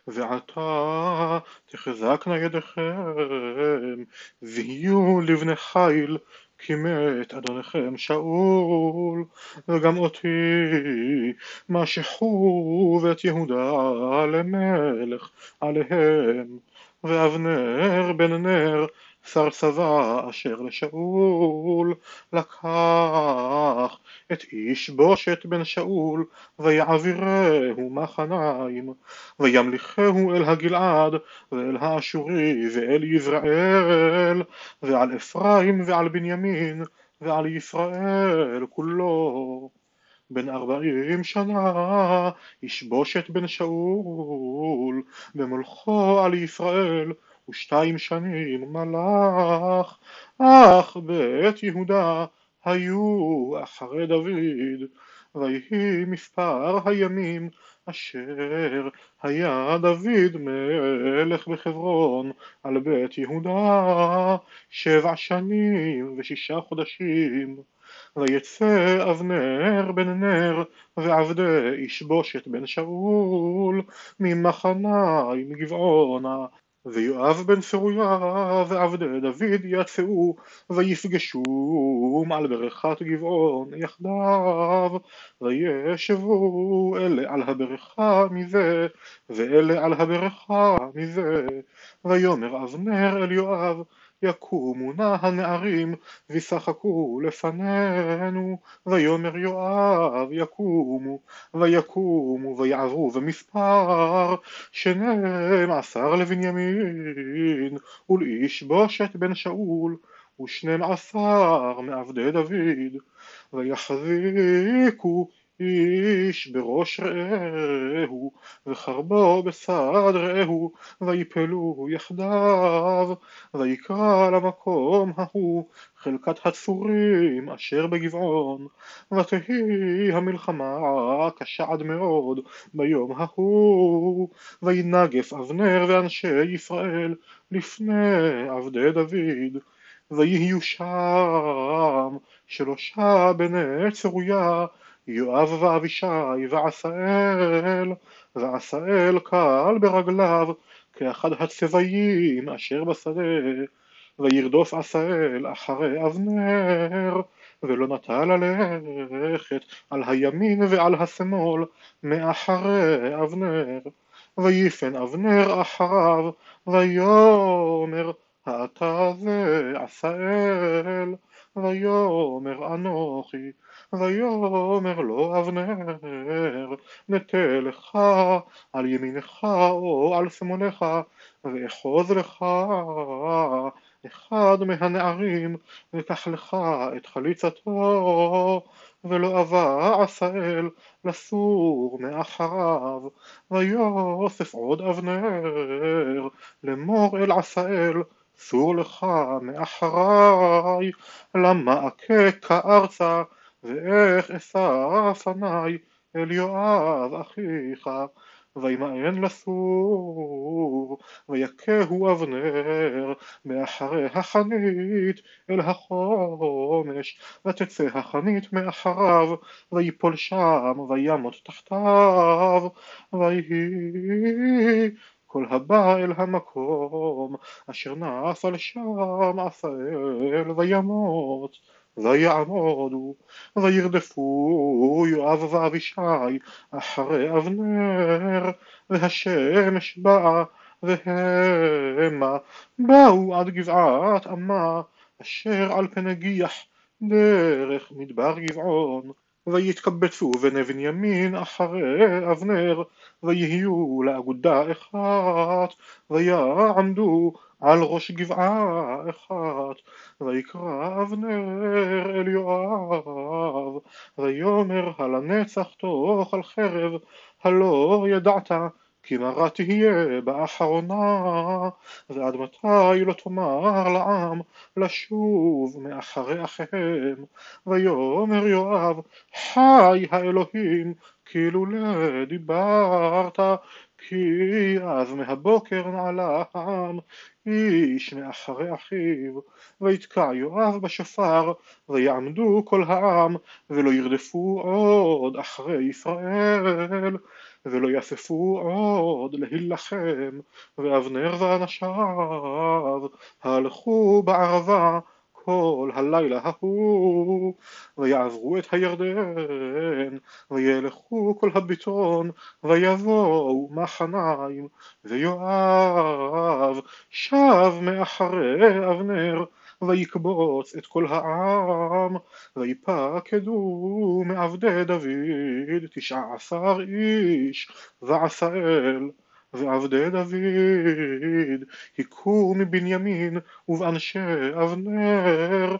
ועתה תחזקנה ידיכם, ויהיו לבני חיל, כי מת אדונכם שאול, וגם אותי משחו ואת יהודה למלך עליהם, ואבנר בן נר שר צבא אשר לשאול לקח את איש בושת בן שאול ויעבירהו מחניים וימליכהו אל הגלעד ואל האשורי ואל יזרעאל ועל אפרים ועל בנימין ועל ישראל כולו. בן 40 שנה ישבושת בן שאול במולכו על ישראל, ו2 שנים מלך. אך בית יהודה היו אחרי דוד, ויהי מספר הימים אשר היה דוד מלך בחברון על בית יהודה 7 שנים ו6 חודשים. ויצא אבנר בן נר ועבדי ישבושת בן שאול ממחניים גבעונה, ויואב בן צרויה ועבדי דוד יצאו ויפגשו על ברכת גבעון יחדיו, וישבו אלה על הבריכה מזה ואלה על הבריכה מזה. ויאמר אבנר אל יואב, יקומו נא הנערים וישחקו לפנינו. ויאמר יואב, יקומו, ויקומו ויעברו במספר 12 לבנימין ולאיש בושת בן שאול, ו12 מעבדי דוד. ויחזיקו איש בראש רעהו וחרבו בסד רעהו, ויפלו יחדיו. ויקרא למקום ההוא חלקת הצורים אשר בגבעון. ותהי המלחמה קשה עד מאוד ביום ההוא, וינגף אבנר ואנשי ישראל לפני עבדי דוד. ויהיו שם 3 בני צרויה, יואב ואבישי ועשאל, ועשאל קל ברגליו כאחד הצבעים אשר בשדה. וירדוף עשאל אחרי אבנר, ולא נטה ללכת על הימין ועל השמאל מאחרי אבנר. ויפן אבנר אחריו, ויאמר האתה זה עשאל, ויאמר אנוכי. ויאמר לו אבנר, נטה לך על ימינך או על שמאלך, ואחוז לך אחד מהנערים, וקח לך את חליצתו. ולא אבה עשאל לסור מאחריו. ויוסף עוד אבנר לאמור אל עשאל, סור לך מאחריי, למה אכה ארצה, ואיך אשא פניי אל יואב אחיך. וימאן לסור, ויכהו אבנר מאחרי החנית אל החומש, ותצא החנית מאחריו, ויפול שם וימות תחתיו. ויהי כל הבא אל המקום אשר נפל שם עשאל וימות. ויעמודו וירדפו יואב ואבישי אחרי אבנר, והשמש באה והמה באו עד גבעת עמה אשר על פני גיח דרך מדבר גבעון. ויתקבצו בני בנימין אחרי אבנר, ויהיו לאגודה אחת, ויעמדו על ראש גבעה אחת. ויקרא אבנר אל יואב, ויאמר הלנצח תאכל חרב, הלא ידעת כי מרה תהיה באחרונה, ועד מתי לא תאמר לעם לשוב מאחרי אחיהם. ויאמר יואב, חי האלוהים כאילו לא דיברת, כי אז מהבוקר נעלה העם איש מאחרי אחיו. ויתקע יואב בשופר, ויעמדו כל העם, ולא ירדפו עוד אחרי ישראל. ולא יספו עוד להילחם, ואבנר ואנשיו הלכו בערבה כל הלילה ההוא, ויעברו את הירדן, וילכו כל הביטון, ויבואו מחניים, ויואב שב מאחרי אבנר, ויקבוץ את כל העם, ויפקדו מעבדי דוד 19 איש, ועשאל ועבדי דוד היכו מבנימין ובאנשי אבנר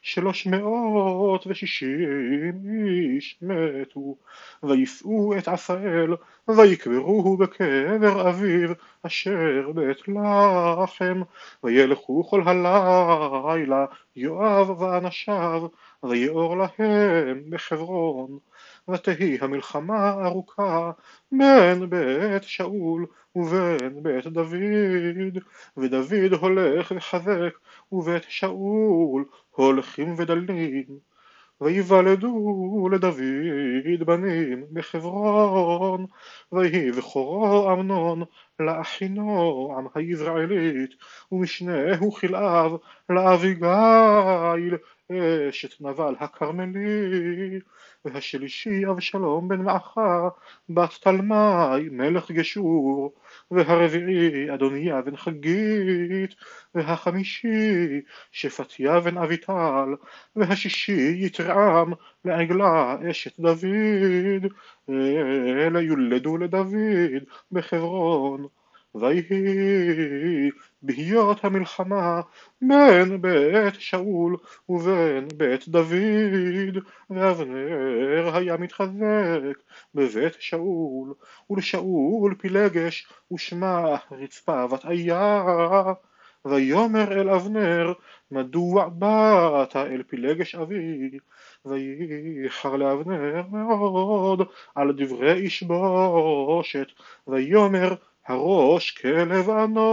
360 איש מתו, וישאו את עשאל ויקברוהו בקבר אביו אשר בית לחם, וילכו כל הלילה יואב ואנשיו ויאור להם בחברון. ותהי המלחמה ארוכה בין בית שאול ובין בית דוד, ודוד הולך וחזק ובית שאול הולכים ודלים. ויוולדו לדוד בנים בחברון, ויהי בכורו אמנון לאחינועם היזרעאלית, ומשנהו כלאב לאביגיל אשת נבל הכרמלי, והשלישי אבשלום בן מעכה בת תלמי מלך גשור, והרביעי אדוניה בן חגית, והחמישי שפטיה בן אביטל, והשישי יתרעם לעגלה אשת דוד. אלה יולדו לדוד בחברון. ויהי בהיות המלחמה בין בית שאול ובין בית דוד, ואבנר היה מתחזק בבית שאול, ולשאול פילגש ושמה רצפה בת איה. ויאמר אל אבנר מדוע באת אל פילגש אבי, וייחר לאבנר מאוד על דברי איש בושת, ויאמר הראש כלב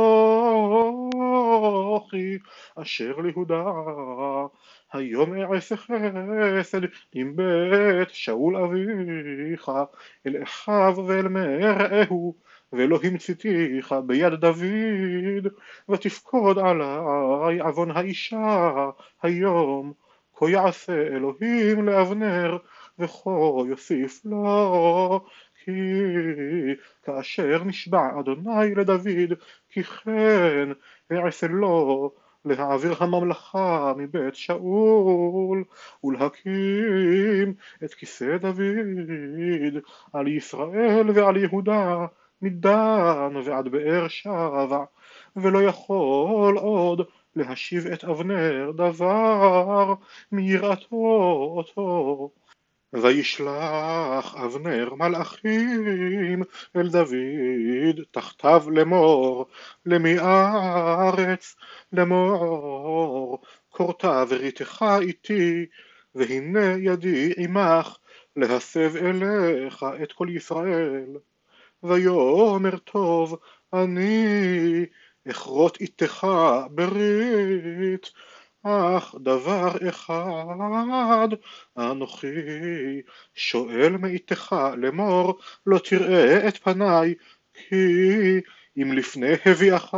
אנוכי אשר ליהודה, היום אעשה חסד עם בית שאול אביך אל אחיו ואל מרעהו, ולא המציתיך ביד דוד, ותפקוד עלי עוון האישה היום, כה יעשה אלוהים לאבנר וכה יוסיף לו, כי כאשר נשבע אדוני לדוד כי כן יעשה לו להעביר הממלכה מבית שאול ולהקים את כיסא דוד על ישראל ועל יהודה מדן ועד באר שבע, ולא יכול עוד להשיב את אבנר דבר מיראתו אותו. וישלח אבנר מלאכים אל דוד תחתיו לאמור, למי ארץ לאמור, כורתה וריתך איתי, והנה ידי עמך להסב אליך את כל ישראל. ויאמר טוב אני אכרות איתך ברית, אך דבר אחד אנוכי שואל מאיתך לאמור, לא תראה את פניי, כי אם לפני הביאך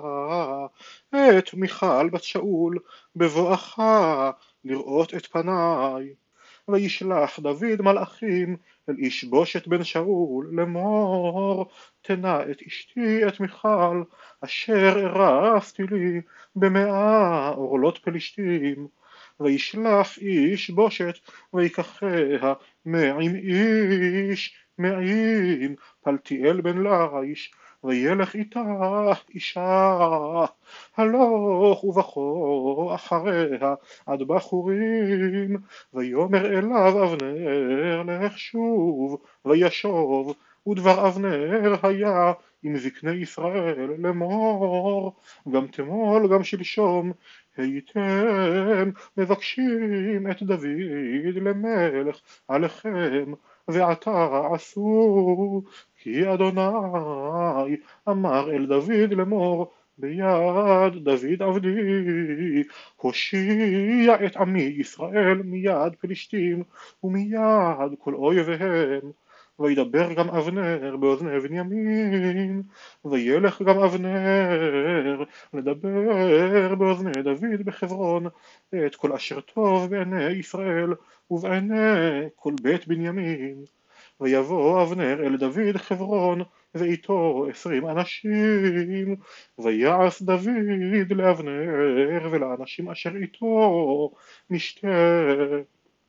את מיכל בת שאול בבואך לראות את פניי. וישלח דוד מלאכים אל איש בושת בן שאול לאמור, תנה את אשתי את מיכל אשר הרסתי לי ב100 עורלות פלישתים. וישלח איש בושת ויקחיה מעם איש מעם פלטיאל בן ליש, וילך איתה אישה, הלוך ובכו אחריה עד בחורים. ויאמר אליו אבנר לך שוב, וישוב, ודבר אבנר היה עם זקני ישראל לאמור, גם תמול גם שלשום הייתם מבקשים את דוד למלך עליכם, ועתה עשו, כי אדוני אמר אל דוד לאמור, ביד דוד עבדי הושיע את עמי ישראל מיד פלישתים ומיד כל אויביהם. וידבר גם אבנר באוזני בנימין, וילך גם אבנר לדבר באוזני דוד בחברון את כל אשר טוב בעיני ישראל ובעיני כל בית בנימין. ויבוא אבנר אל דוד חברון ואיתו 20 אנשים, ויעש דוד לאבנר ולאנשים אשר איתו משתה.